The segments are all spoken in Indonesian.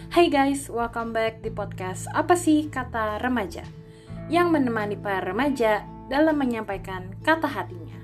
Hai guys, welcome back di podcast Apa sih Kata Remaja, yang menemani para remaja dalam menyampaikan kata hatinya.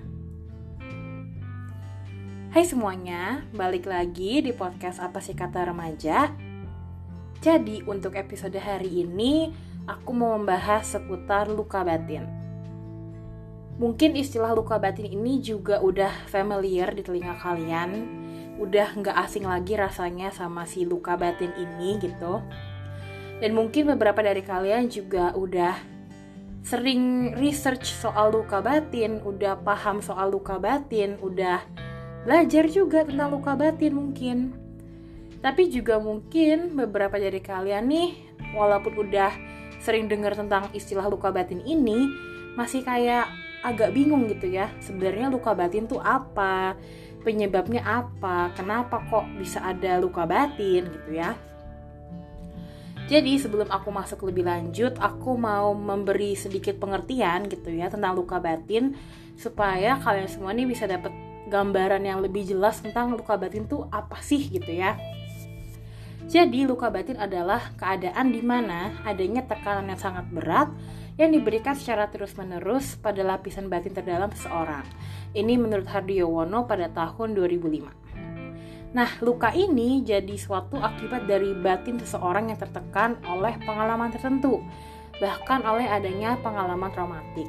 Hai semuanya, balik lagi di podcast Apa sih Kata Remaja. Jadi untuk episode hari ini aku mau membahas seputar luka batin. Mungkin istilah luka batin ini juga udah familiar di telinga kalian, udah gak asing lagi rasanya sama si luka batin ini gitu. Dan mungkin beberapa dari kalian juga udah sering research soal luka batin, udah paham soal luka batin, udah belajar juga tentang luka batin mungkin. Tapi juga mungkin beberapa dari kalian nih, walaupun udah sering dengar tentang istilah luka batin ini, masih kayak agak bingung gitu ya. Sebenarnya luka batin tuh apa? Penyebabnya apa? Kenapa kok bisa ada luka batin gitu ya? Jadi sebelum aku masuk lebih lanjut, aku mau memberi sedikit pengertian gitu ya tentang luka batin, supaya kalian semua nih bisa dapat gambaran yang lebih jelas tentang luka batin tuh apa sih gitu ya. Jadi luka batin adalah keadaan di mana adanya tekanan yang sangat berat yang diberikan secara terus-menerus pada lapisan batin terdalam seseorang. Ini menurut Hardiowono pada tahun 2005. Nah, luka ini jadi suatu akibat dari batin seseorang yang tertekan oleh pengalaman tertentu, bahkan oleh adanya pengalaman traumatik.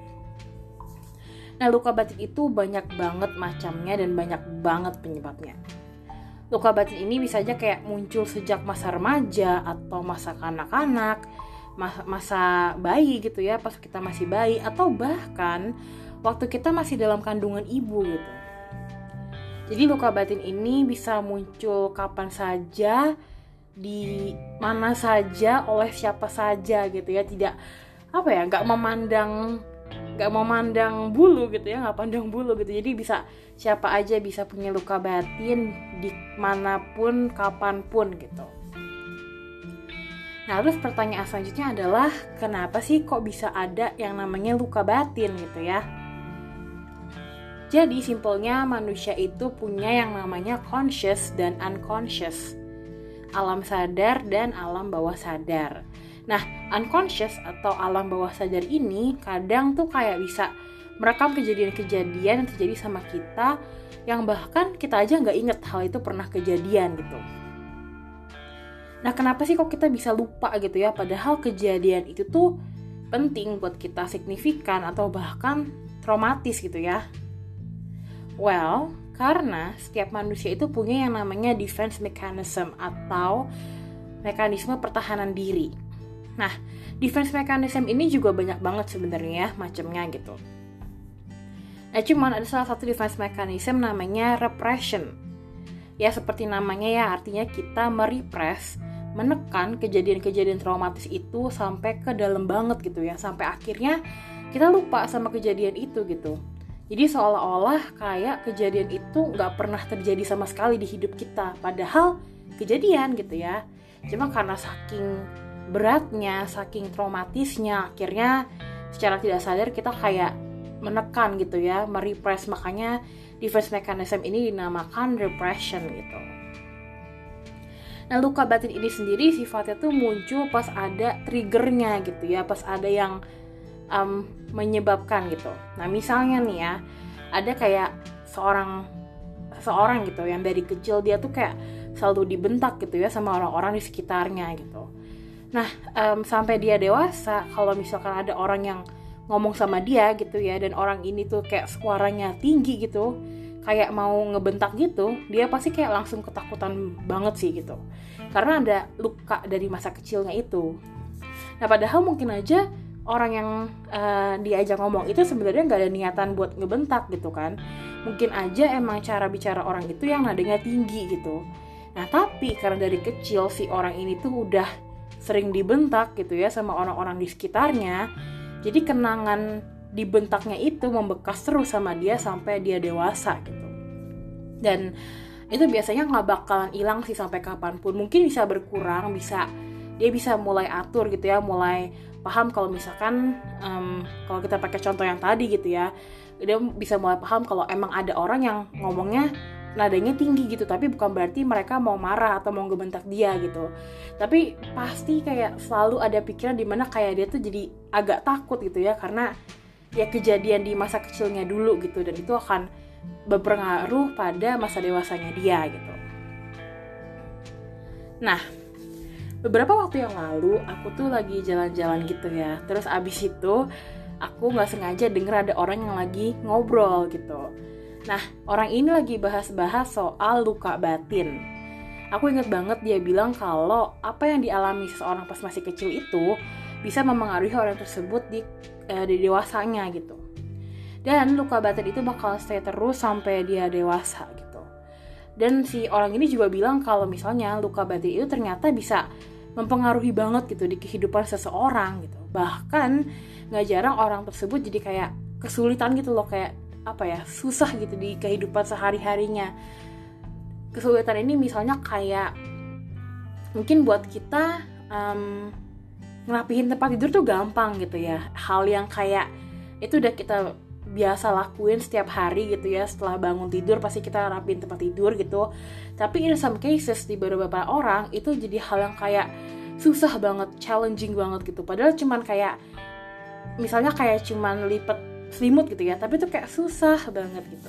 Nah, luka batin itu banyak banget macamnya dan banyak banget penyebabnya. Luka batin ini bisa aja kayak muncul sejak masa remaja atau masa kanak-kanak, masa bayi gitu ya, pas kita masih bayi, atau bahkan waktu kita masih dalam kandungan ibu gitu. Jadi luka batin ini bisa muncul kapan saja, di mana saja, oleh siapa saja gitu ya. Tidak nggak memandang bulu gitu ya, nggak pandang bulu gitu. Jadi bisa siapa aja bisa punya luka batin dimanapun, kapanpun gitu. Nah, terus pertanyaan selanjutnya adalah kenapa sih kok bisa ada yang namanya luka batin gitu ya? Jadi simpelnya manusia itu punya yang namanya conscious dan unconscious, alam sadar dan alam bawah sadar. Nah, unconscious atau alam bawah sadar ini kadang tuh kayak bisa merekam kejadian-kejadian yang terjadi sama kita, yang bahkan kita aja nggak inget hal itu pernah kejadian gitu. Nah, kenapa sih kok kita bisa lupa gitu ya, padahal kejadian itu tuh penting buat kita, signifikan atau bahkan traumatis gitu ya? Well, karena setiap manusia itu punya yang namanya defense mechanism atau mekanisme pertahanan diri. Nah, defense mechanism ini juga banyak banget sebenarnya ya, macamnya gitu. Nah, cuman ada salah satu defense mechanism namanya repression. Ya, seperti namanya ya, artinya kita merepress, menekan kejadian-kejadian traumatis itu sampai ke dalam banget gitu ya, sampai akhirnya kita lupa sama kejadian itu gitu. Jadi seolah-olah kayak kejadian itu gak pernah terjadi sama sekali di hidup kita, padahal kejadian gitu ya. Cuma karena saking beratnya, saking traumatisnya, akhirnya secara tidak sadar kita kayak menekan gitu ya, merepress. Makanya defense mechanism ini dinamakan repression gitu. Nah, luka batin ini sendiri sifatnya tuh muncul pas ada triggernya gitu ya, pas ada yang menyebabkan gitu. Nah, misalnya nih ya, ada kayak seorang gitu yang dari kecil dia tuh kayak selalu dibentak gitu ya sama orang-orang di sekitarnya gitu. Nah, sampai dia dewasa, kalau misalkan ada orang yang ngomong sama dia gitu ya, dan orang ini tuh kayak suaranya tinggi gitu, kayak mau ngebentak gitu, dia pasti kayak langsung ketakutan banget sih gitu, karena ada luka dari masa kecilnya itu. Nah, padahal mungkin aja orang yang diajak ngomong itu sebenarnya nggak ada niatan buat ngebentak gitu kan, mungkin aja emang cara bicara orang itu yang nadanya tinggi gitu. Nah, tapi karena dari kecil si orang ini tuh udah sering dibentak gitu ya sama orang-orang di sekitarnya, jadi kenangan dibentaknya itu membekas terus sama dia sampai dia dewasa gitu. Dan itu biasanya nggak bakalan hilang sih sampai kapanpun. Mungkin bisa berkurang, dia bisa mulai atur gitu ya, mulai paham kalau misalkan kalau kita pakai contoh yang tadi gitu ya, dia bisa mulai paham kalau emang ada orang yang ngomongnya nadanya tinggi gitu, tapi bukan berarti mereka mau marah atau mau ngebentak dia gitu. Tapi pasti kayak selalu ada pikiran dimana kayak dia tuh jadi agak takut gitu ya, karena ya kejadian di masa kecilnya dulu gitu, dan itu akan berpengaruh pada masa dewasanya dia gitu. Nah, beberapa waktu yang lalu aku tuh lagi jalan-jalan gitu ya, terus abis itu aku nggak sengaja denger ada orang yang lagi ngobrol gitu. Nah, orang ini lagi bahas-bahas soal luka batin. Aku inget banget dia bilang kalau apa yang dialami seseorang pas masih kecil itu bisa memengaruhi orang tersebut di dewasanya gitu. Dan luka batin itu bakal stay terus sampai dia dewasa gitu. Dan si orang ini juga bilang kalau misalnya luka batin itu ternyata bisa mempengaruhi banget gitu di kehidupan seseorang gitu. Bahkan gak jarang orang tersebut jadi kayak kesulitan gitu loh, kayak susah gitu di kehidupan sehari-harinya. Kesulitan ini misalnya kayak mungkin buat kita ngerapihin tempat tidur tuh gampang gitu ya, hal yang kayak itu udah kita biasa lakuin setiap hari gitu ya, setelah bangun tidur pasti kita rapiin tempat tidur gitu. Tapi in some cases di beberapa orang itu jadi hal yang kayak susah banget, challenging banget gitu, padahal cuman kayak misalnya kayak cuman lipet selimut gitu ya, tapi tuh kayak susah banget gitu.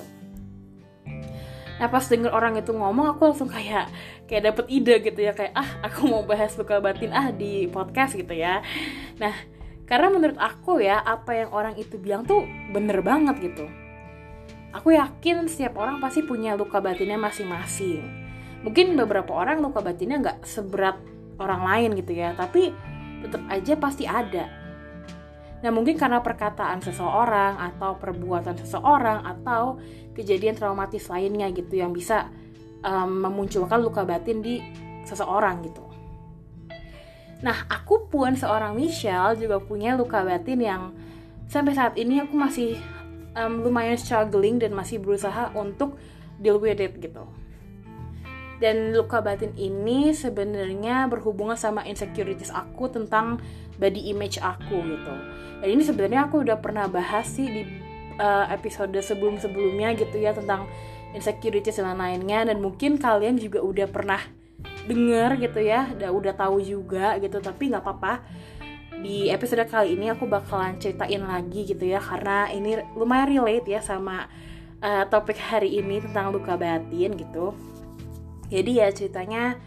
Nah, pas denger orang itu ngomong, aku langsung kayak dapet ide gitu ya, kayak aku mau bahas luka batin di podcast gitu ya. Nah, karena menurut aku ya, apa yang orang itu bilang tuh bener banget gitu. Aku yakin setiap orang pasti punya luka batinnya masing-masing. Mungkin beberapa orang luka batinnya gak seberat orang lain gitu ya, tapi tetap aja pasti ada. Nah, mungkin karena perkataan seseorang atau perbuatan seseorang atau kejadian traumatis lainnya gitu yang bisa memunculkan luka batin di seseorang gitu. Nah, aku pun seorang Michelle juga punya luka batin yang sampai saat ini aku masih lumayan struggling dan masih berusaha untuk deal with it gitu. Dan luka batin ini sebenarnya berhubungan sama insecurities aku tentang body image aku gitu. Dan ini sebenarnya aku udah pernah bahas sih di episode sebelum-sebelumnya gitu ya, tentang insecurities dan lainnya, dan mungkin kalian juga udah pernah denger gitu ya, udah tahu juga gitu. Tapi nggak apa-apa, di episode kali ini aku bakalan ceritain lagi gitu ya, karena ini lumayan relate ya sama topik hari ini tentang luka batin gitu. Jadi ya ceritanya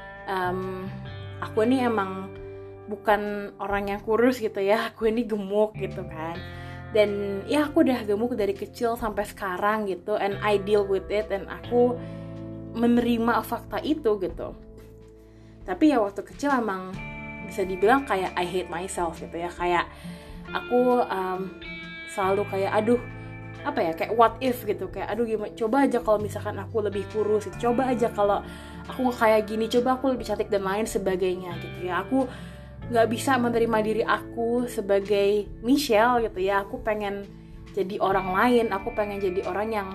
aku ini emang bukan orang yang kurus gitu ya, aku ini gemuk gitu kan. Dan ya aku udah gemuk dari kecil sampai sekarang gitu, and I deal with it, and aku menerima fakta itu gitu. Tapi ya waktu kecil emang bisa dibilang kayak I hate myself gitu ya, kayak aku selalu kayak kayak what if gitu, kayak gimana, coba aja kalau misalkan aku lebih kurus gitu, coba aja kalau aku kayak gini, coba aku lebih cantik dan lain sebagainya gitu ya. Aku nggak bisa menerima diri aku sebagai Michelle gitu ya. Aku pengen jadi orang lain, aku pengen jadi orang yang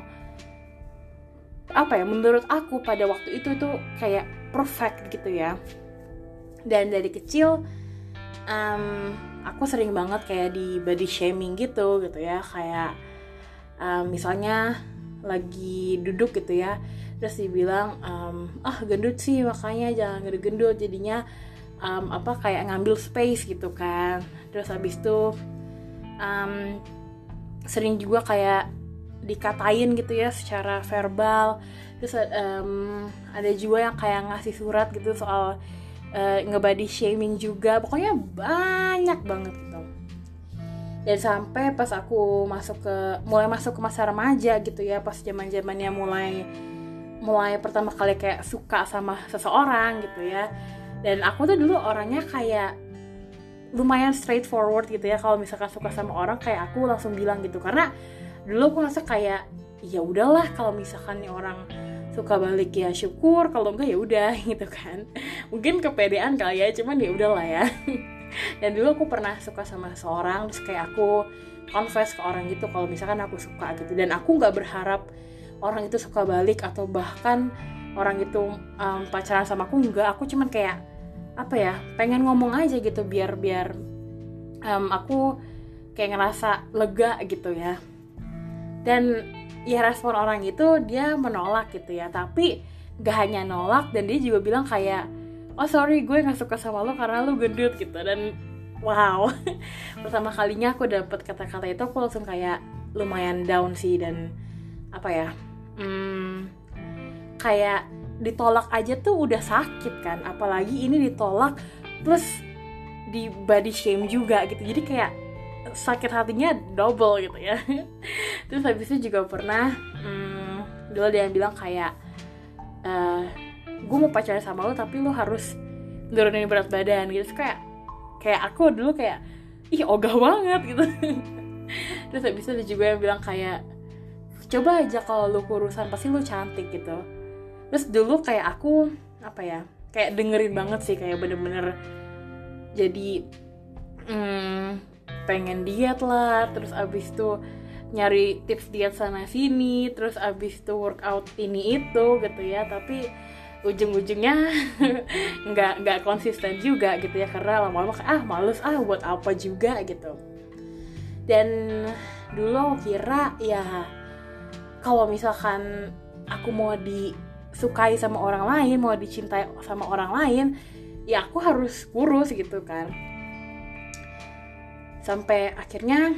menurut aku pada waktu itu tuh kayak perfect gitu ya. Dan dari kecil aku sering banget kayak di body shaming gitu ya, kayak misalnya lagi duduk gitu ya, terus dibilang gendut sih, makanya jangan gendut, jadinya kayak ngambil space gitu kan. Terus habis itu sering juga kayak dikatain gitu ya secara verbal. Terus ada juga yang kayak ngasih surat gitu soal nge-body shaming juga. Pokoknya banyak banget gitu. Dan sampai pas aku mulai masuk ke masa remaja gitu ya, pas zaman-zamannya mulai pertama kali kayak suka sama seseorang gitu ya. Dan aku tuh dulu orangnya kayak lumayan straightforward gitu ya, kalau misalkan suka sama orang kayak aku langsung bilang gitu, karena dulu aku ngerasa kayak ya udahlah, kalau misalkan nih orang suka balik ya syukur, kalau enggak ya udah gitu kan. Mungkin kepedean kali ya, cuman ya udahlah ya. Dan dulu aku pernah suka sama seseorang, terus kayak aku confess ke orang gitu kalau misalkan aku suka gitu, dan aku nggak berharap orang itu suka balik atau bahkan orang itu pacaran sama aku, enggak. Aku cuman kayak pengen ngomong aja gitu biar aku kayak ngerasa lega gitu ya. Dan ya respon orang itu dia menolak gitu ya, tapi gak hanya nolak, dan dia juga bilang kayak, oh sorry gue gak suka sama lo karena lo gendut gitu. Dan wow, pertama kalinya aku dapet kata-kata itu, aku langsung kayak lumayan down sih. Dan apa ya, kayak ditolak aja tuh udah sakit kan, apalagi ini ditolak plus di body shame juga gitu, jadi kayak sakit hatinya double gitu ya. Terus habis itu juga pernah dulu dia yang bilang kayak, gue mau pacaran sama lo tapi lo harus nurunin berat badan gitu. Terus kayak aku dulu kayak, ih ogah banget gitu. Terus habis itu dia juga yang bilang kayak, coba aja kalau lo kurusan pasti lo cantik gitu. Terus dulu kayak aku apa ya, kayak dengerin banget sih, kayak bener-bener jadi pengen diet lah. Terus abis itu nyari tips diet sana sini, terus abis itu workout ini itu gitu ya. Tapi ujung-ujungnya nggak konsisten juga gitu ya, karena lama-lama males buat apa juga gitu. Dan dulu kira ya kalau misalkan aku mau disukai sama orang lain, mau dicintai sama orang lain, ya aku harus kurus gitu kan. Sampai akhirnya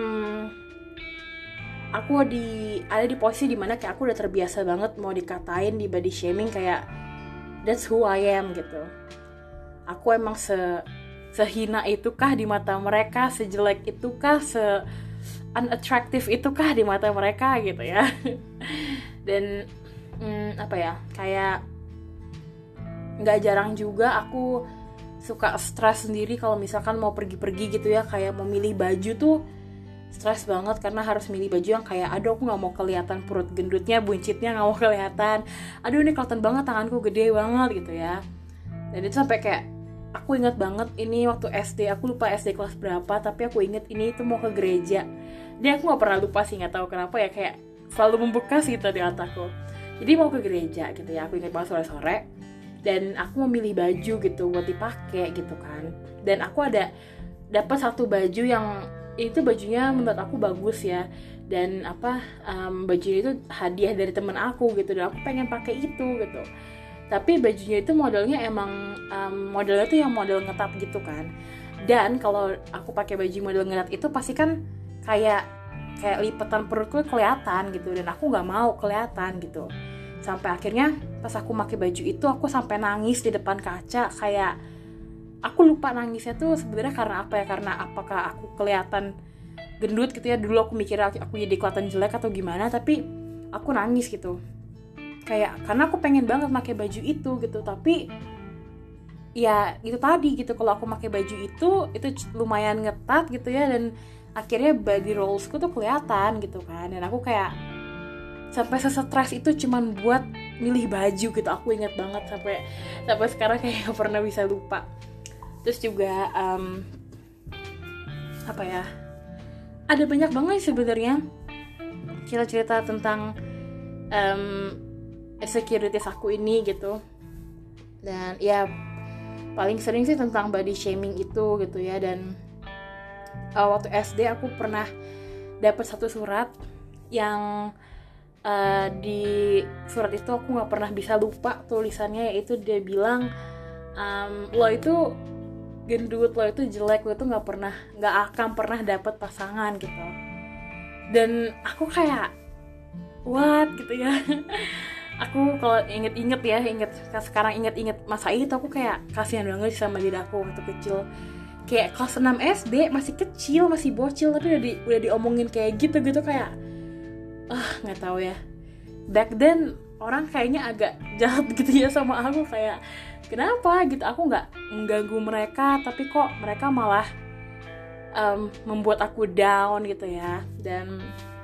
aku ada di posisi dimana kayak aku udah terbiasa banget mau dikatain, di body shaming, kayak that's who I am gitu. Aku emang sehina itukah di mata mereka, sejelek itukah, unattractive itukah di mata mereka gitu ya. Dan apa ya, kayak nggak jarang juga aku suka stres sendiri kalau misalkan mau pergi-pergi gitu ya, kayak mau milih baju tuh stres banget karena harus milih baju yang kayak, aduh aku nggak mau kelihatan perut gendutnya, buncitnya nggak mau kelihatan, aduh ini kelihatan banget tanganku gede banget gitu ya. Dan itu sampai kayak aku ingat banget ini waktu SD, aku lupa SD kelas berapa, tapi aku inget ini itu mau ke gereja. Dia aku nggak pernah lupa sih, nggak tahu kenapa ya, kayak selalu membekas gitu di otakku. Jadi mau ke gereja gitu ya, aku ingat banget sore-sore, dan aku mau milih baju gitu buat dipakai gitu kan. Dan aku dapat satu baju yang itu bajunya menurut aku bagus ya, dan baju itu hadiah dari temen aku gitu, dan aku pengen pakai itu gitu. Tapi bajunya itu modelnya emang modelnya tuh yang model ngetat gitu kan. Dan kalau aku pakai baju model ngetat itu pasti kan kayak lipetan perutku kelihatan gitu, dan aku nggak mau kelihatan gitu. Sampai akhirnya pas aku pakai baju itu, aku sampai nangis di depan kaca. Kayak aku lupa nangisnya tuh sebenarnya karena apa ya, karena apakah aku kelihatan gendut gitu ya. Dulu aku mikir aku jadi kelihatan jelek atau gimana, tapi aku nangis gitu. Kayak karena aku pengen banget pakai baju itu gitu. Tapi ya itu tadi gitu, kalau aku pakai baju itu lumayan ngetat gitu ya, dan akhirnya body rollsku tuh kelihatan gitu kan. Dan aku kayak sampai sestress itu cuman buat milih baju gitu. Aku inget banget sampai sekarang kayak gak pernah bisa lupa. Terus juga apa ya, ada banyak banget sebenarnya cerita-cerita tentang insecurities aku ini gitu. Dan ya paling sering sih tentang body shaming itu gitu ya. Dan waktu SD aku pernah dapat satu surat yang di surat itu aku nggak pernah bisa lupa tulisannya, yaitu dia bilang, lo itu gendut, lo itu jelek, lo itu nggak akan pernah dapat pasangan gitu. Dan aku kayak what gitu ya. Aku kalau sekarang inget masa itu, aku kayak kasihan banget sama diri aku waktu kecil. Kayak kelas 6 SD, masih kecil, masih bocil, tapi udah diomongin kayak gitu kayak nggak tahu ya. Back then orang kayaknya agak jahat gitu ya sama aku, kayak kenapa gitu aku nggak mengganggu mereka, tapi kok mereka malah membuat aku down gitu ya. Dan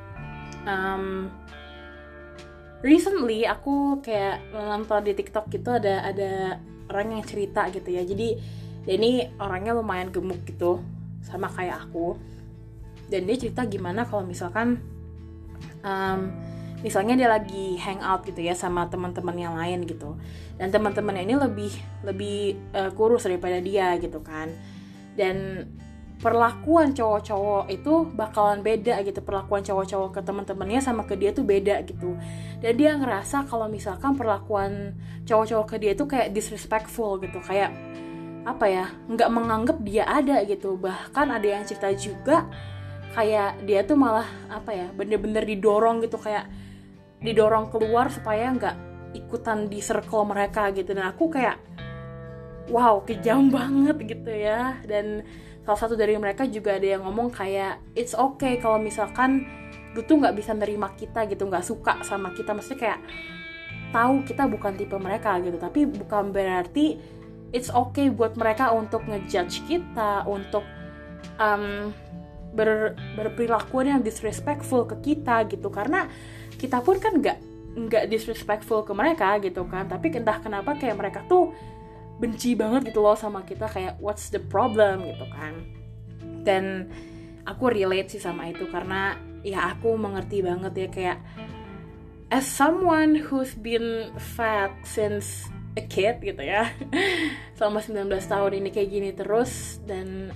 recently aku kayak nonton di TikTok gitu, ada orang yang cerita gitu ya. Jadi dia ini orangnya lumayan gemuk gitu, sama kayak aku. Dan dia cerita gimana kalau misalkan misalnya dia lagi hangout gitu ya sama teman-teman yang lain gitu, dan teman-temannya ini lebih kurus daripada dia gitu kan. Dan perlakuan cowok-cowok itu bakalan beda gitu, perlakuan cowok-cowok ke teman-temannya sama ke dia tuh beda gitu. Dan dia ngerasa kalau misalkan perlakuan cowok-cowok ke dia tuh kayak disrespectful gitu, kayak apa ya, nggak menganggap dia ada gitu. Bahkan ada yang cerita juga kayak dia tuh malah apa ya, bener-bener didorong gitu, kayak didorong keluar supaya nggak ikutan di circle mereka gitu. Dan aku kayak wow, kejam banget gitu ya. Dan salah satu dari mereka juga ada yang ngomong kayak it's okay kalau misalkan lu tuh nggak bisa nerima kita gitu, nggak suka sama kita, maksudnya kayak tahu kita bukan tipe mereka gitu, tapi bukan berarti it's okay buat mereka untuk ngejudge kita, untuk berperilakuan yang disrespectful ke kita gitu, karena kita pun kan nggak disrespectful ke mereka gitu kan, tapi entah kenapa kayak mereka tuh benci banget gitu loh sama kita, kayak what's the problem gitu kan. Dan aku relate sih sama itu, karena ya aku mengerti banget ya, kayak as someone who's been fat since a kid gitu ya selama 19 tahun ini kayak gini terus, dan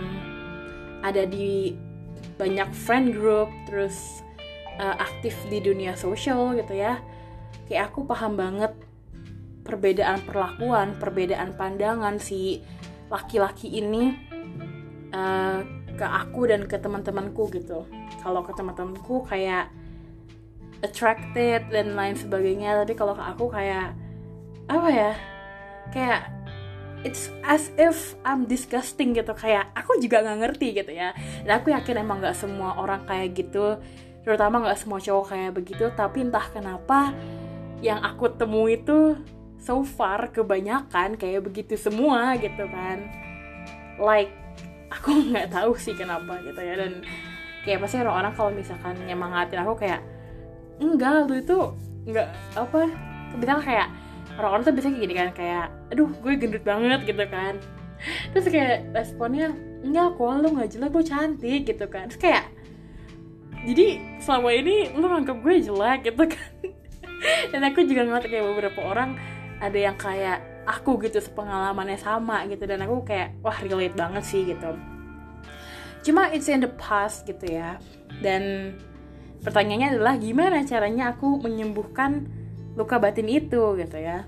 ada di banyak friend group, terus aktif di dunia sosial gitu ya, kayak aku paham banget perbedaan perlakuan, perbedaan pandangan si laki-laki ini ke aku dan ke teman-temanku gitu. Kalau ke teman-temanku kayak attracted dan lain sebagainya, tapi kalau ke aku kayak apa ya, kayak it's as if I'm disgusting gitu, kayak aku juga nggak ngerti gitu ya. Dan aku yakin emang nggak semua orang kayak gitu, terutama nggak semua cowok kayak begitu, tapi entah kenapa yang aku temui itu so far kebanyakan kayak begitu semua gitu kan. Like aku nggak tahu sih kenapa gitu ya. Dan kayak pasti orang-orang kalau misalkan nyemangatin aku kayak enggak, lu itu enggak apa, misalnya kayak orang-orang tuh biasanya gini kan, kayak aduh gue gendut banget gitu kan, terus kayak responnya enggak kok, lu nggak jelek, lu cantik gitu kan. Terus kayak jadi selama ini lu nganggap gue jelek gitu kan. Dan aku juga ngeliat kayak beberapa orang ada yang kayak aku gitu, sepengalamannya sama gitu, dan aku kayak wah relate banget sih gitu. Cuma it's in the past gitu ya. Dan pertanyaannya adalah gimana caranya aku menyembuhkan luka batin itu gitu ya.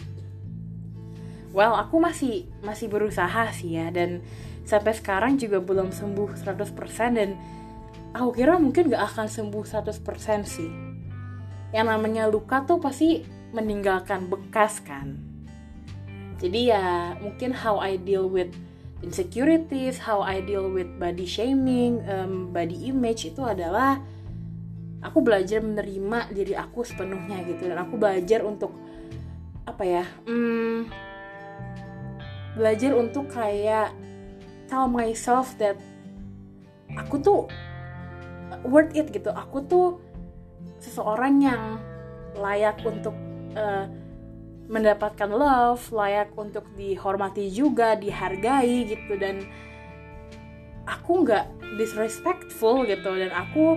Well, aku masih berusaha sih ya, dan sampai sekarang juga belum sembuh 100%, dan aku kira mungkin gak akan sembuh 100% sih. Yang namanya luka tuh pasti meninggalkan bekas kan. Jadi ya mungkin how I deal with insecurities, how I deal with body shaming, body image itu adalah aku belajar menerima diri aku sepenuhnya gitu. Dan aku belajar untuk apa ya, belajar untuk kayak tell myself that aku tuh worth it gitu, aku tuh seseorang yang layak untuk mendapatkan love, layak untuk dihormati juga, dihargai gitu. Dan aku nggak disrespectful gitu, dan aku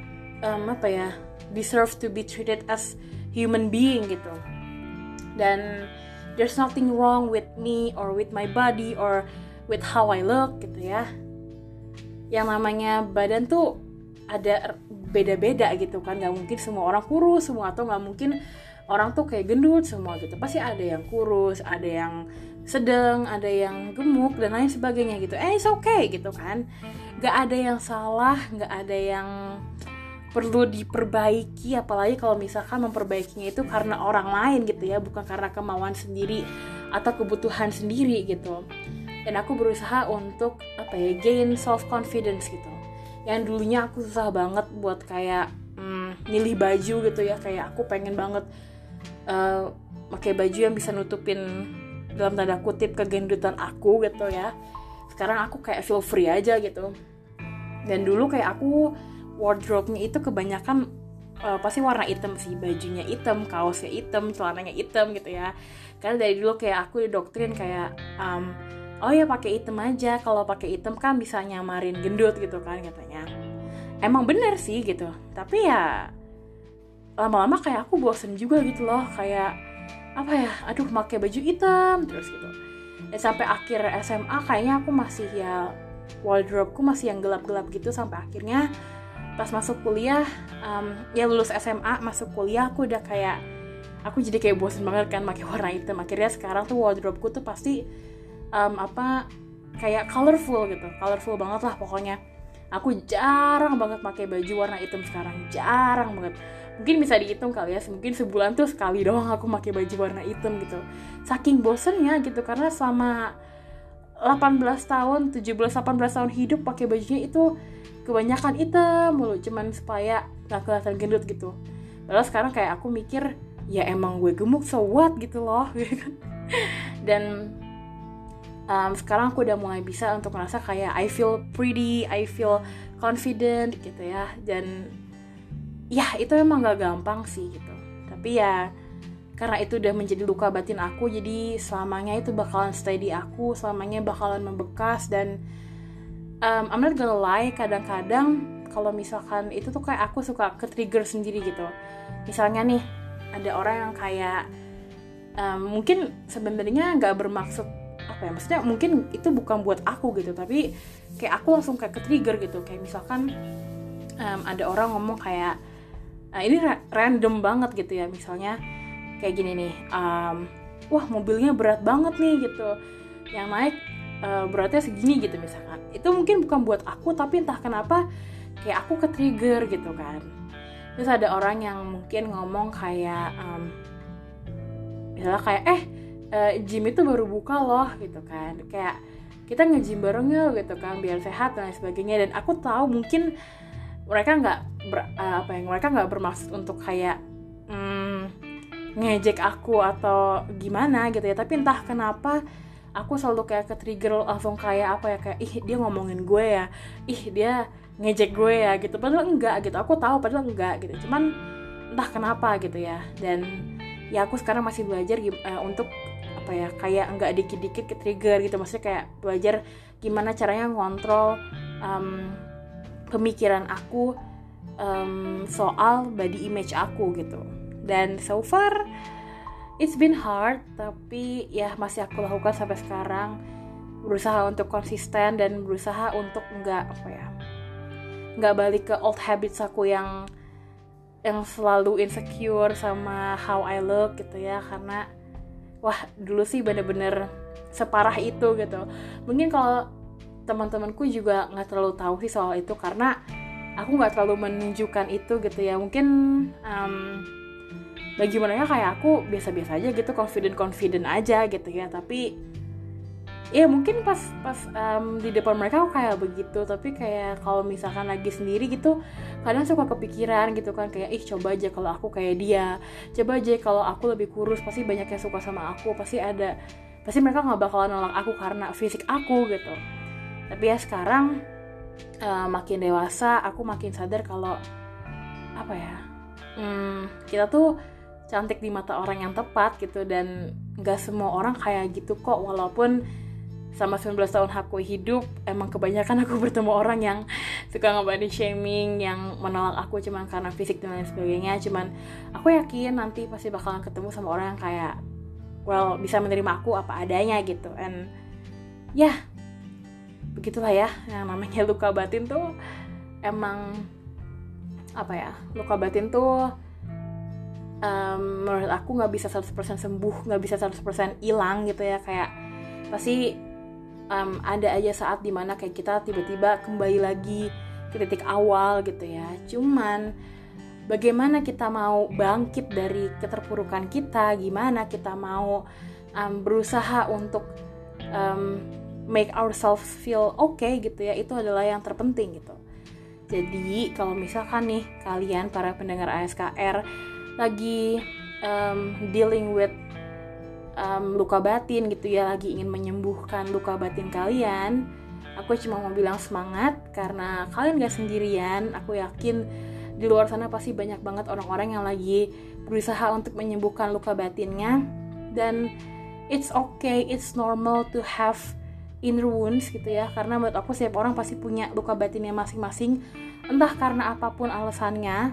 deserve to be treated as human being gitu. Dan there's nothing wrong with me or with my body or with how I look gitu ya. Yang namanya badan tuh ada beda-beda gitu kan, nggak mungkin semua orang kurus semua, atau nggak mungkin orang tuh kayak gendut semua gitu. Pasti ada yang kurus, ada yang sedang, ada yang gemuk dan lain sebagainya gitu. It's okay gitu kan, nggak ada yang salah, nggak ada yang perlu diperbaiki, apalagi kalau misalkan memperbaikinya itu karena orang lain gitu ya, bukan karena kemauan sendiri atau kebutuhan sendiri gitu. Dan aku berusaha untuk gain self confidence gitu. Yang dulunya aku susah banget buat kayak milih baju gitu ya, kayak aku pengen banget pakai baju yang bisa nutupin dalam tanda kutip kegendutan aku gitu ya. Sekarang aku kayak feel free aja gitu. Dan dulu kayak aku wardrobe-nya itu kebanyakan pasti warna hitam sih, bajunya hitam, kaosnya hitam, celananya hitam gitu ya. Karena dari dulu kayak aku didoktrin kayak oh ya pakai hitam aja, kalau pakai hitam kan bisa nyamarin gendut gitu kan katanya. Emang bener sih gitu, tapi ya lama-lama kayak aku bosen juga gitu loh, kayak aduh pakai baju hitam terus gitu. Dan sampai akhir SMA kayaknya aku masih ya wardrobe-ku masih yang gelap-gelap gitu, sampai akhirnya pas masuk kuliah, ya lulus SMA masuk kuliah, aku udah kayak, aku jadi kayak bosen banget kan pakai warna hitam. Akhirnya sekarang tuh wardrobe-ku tuh pasti kayak colorful gitu, colorful banget lah pokoknya. Aku jarang banget pakai baju warna hitam sekarang, jarang banget. Mungkin bisa dihitung kali ya, mungkin sebulan tuh sekali doang aku pakai baju warna hitam gitu. Saking bosennya gitu, karena selama 18 tahun, 17-18 tahun hidup pakai bajunya itu kebanyakan hitam mulu, cuman supaya gak kelihatan gendut gitu. Padahal sekarang kayak aku mikir, ya emang gue gemuk, so what gitu loh. Dan sekarang aku udah mulai bisa untuk merasa kayak I feel pretty, I feel confident gitu ya. Dan ya itu emang gak gampang sih gitu. Tapi ya karena itu udah menjadi luka batin aku, jadi selamanya itu bakalan stay di aku, selamanya bakalan membekas. Dan I'm not gonna lie, kadang-kadang kalau misalkan itu tuh kayak aku suka ke-trigger sendiri gitu. Misalnya nih, ada orang yang kayak mungkin sebenarnya nggak bermaksud apa ya, maksudnya mungkin itu bukan buat aku gitu, tapi kayak aku langsung kayak ke-trigger gitu. Kayak misalkan ada orang ngomong kayak ini random banget gitu ya, misalnya kayak gini nih, wah mobilnya berat banget nih gitu, yang naik beratnya segini gitu misalkan. Itu mungkin bukan buat aku, tapi entah kenapa kayak aku ke-trigger gitu kan. Terus ada orang yang mungkin ngomong kayak misalnya kayak gym itu baru buka loh gitu kan, kayak kita nge-gym bareng ya gitu kan biar sehat dan lain sebagainya. Dan aku tahu mungkin mereka nggak bermaksud untuk kayak ngejek aku atau gimana gitu ya, tapi entah kenapa aku selalu kayak ke-trigger, langsung kayak apa ya, kayak ih dia ngomongin gue ya, ih dia ngejek gue ya gitu, padahal enggak gitu. Aku tahu padahal enggak gitu, cuman entah kenapa gitu ya. Dan ya aku sekarang masih belajar untuk apa ya, kayak enggak dikit-dikit ke-trigger gitu, maksudnya kayak belajar gimana caranya ngontrol pemikiran aku soal body image aku gitu. Dan so far it's been hard, tapi ya masih aku lakukan sampai sekarang, berusaha untuk konsisten dan berusaha untuk nggak balik ke old habits aku yang selalu insecure sama how I look gitu ya. Karena wah dulu sih bener-bener separah itu gitu. Mungkin kalau teman-temanku juga nggak terlalu tahu sih soal itu, karena aku nggak terlalu menunjukkan itu gitu ya. Mungkin bagi mereka kayak aku biasa-biasa aja gitu, confident aja gitu ya. Tapi ya mungkin pas di depan mereka aku kayak begitu, tapi kayak kalau misalkan lagi sendiri gitu kadang suka kepikiran gitu kan, kayak ih coba aja kalau aku kayak dia, coba aja kalau aku lebih kurus, pasti banyak yang suka sama aku, pasti mereka nggak bakalan nolak aku karena fisik aku gitu. Tapi ya sekarang makin dewasa aku makin sadar kalau apa ya, kita tuh cantik di mata orang yang tepat gitu, dan gak semua orang kayak gitu kok. Walaupun sama 19 tahun aku hidup, emang kebanyakan aku bertemu orang yang suka nge-body shaming, yang menolak aku cuman karena fisik dan lain sebagainya. Cuman aku yakin nanti pasti bakalan ketemu sama orang yang kayak bisa menerima aku apa adanya gitu. And ya begitulah ya, yang namanya luka batin tuh emang luka batin tuh menurut aku gak bisa 100% sembuh, gak bisa 100% hilang gitu ya. Kayak pasti ada aja saat dimana kayak kita tiba-tiba kembali lagi ke titik awal gitu ya. Cuman bagaimana kita mau bangkit dari keterpurukan kita, gimana kita mau berusaha untuk make ourselves feel okay gitu ya, itu adalah yang terpenting gitu. Jadi kalau misalkan nih kalian para pendengar ASKR lagi dealing with luka batin gitu ya, lagi ingin menyembuhkan luka batin kalian, aku cuma mau bilang semangat, karena kalian gak sendirian. Aku yakin di luar sana pasti banyak banget orang-orang yang lagi berusaha untuk menyembuhkan luka batinnya. Dan it's okay, it's normal to have inner wounds gitu ya, karena menurut aku setiap orang pasti punya luka batinnya masing-masing, entah karena apapun alasannya.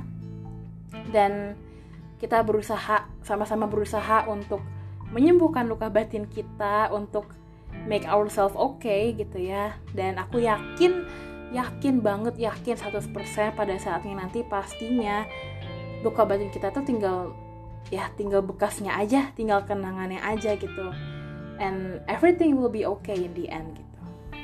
Dan kita sama-sama berusaha untuk menyembuhkan luka batin kita, untuk make ourselves okay gitu ya. Dan aku yakin banget 100% pada saatnya nanti pastinya luka batin kita tuh tinggal bekasnya aja, tinggal kenangannya aja gitu, and everything will be okay in the end gitu.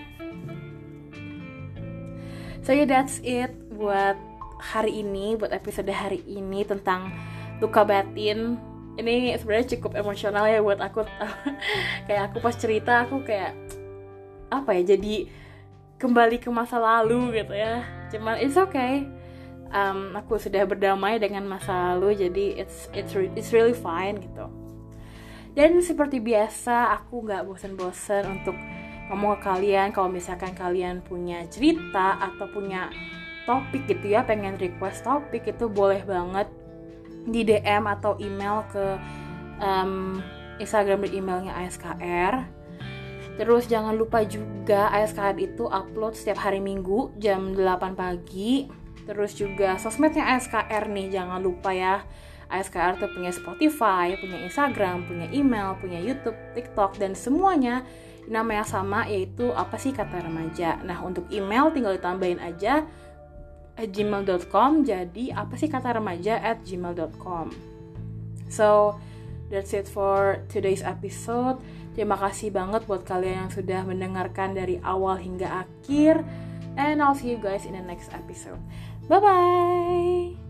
So yeah, that's it buat hari ini, buat episode hari ini tentang luka batin. Ini sebenarnya cukup emosional ya buat aku. Kayak aku pas cerita aku kayak apa ya, jadi kembali ke masa lalu gitu ya. Cuman it's okay. Aku sudah berdamai dengan masa lalu, jadi it's really fine gitu. Dan seperti biasa aku nggak bosan-bosan untuk ngomong ke kalian. Kalau misalkan kalian punya cerita atau punya topik gitu ya, pengen request topik, itu boleh banget di DM atau email ke Instagram dan emailnya ASKR. Terus jangan lupa juga ASKR itu upload setiap hari Minggu jam 8 pagi. Terus juga sosmednya ASKR nih, jangan lupa ya. ASKR tuh punya Spotify, punya Instagram, punya email, punya YouTube, TikTok, dan semuanya nama yang sama, yaitu apa sih kata remaja. Nah, untuk email tinggal ditambahin aja @gmail.com, jadi apa sih kata remaja @gmail.com. So that's it for today's episode. Terima kasih banget buat kalian yang sudah mendengarkan dari awal hingga akhir, and I'll see you guys in the next episode. Bye bye.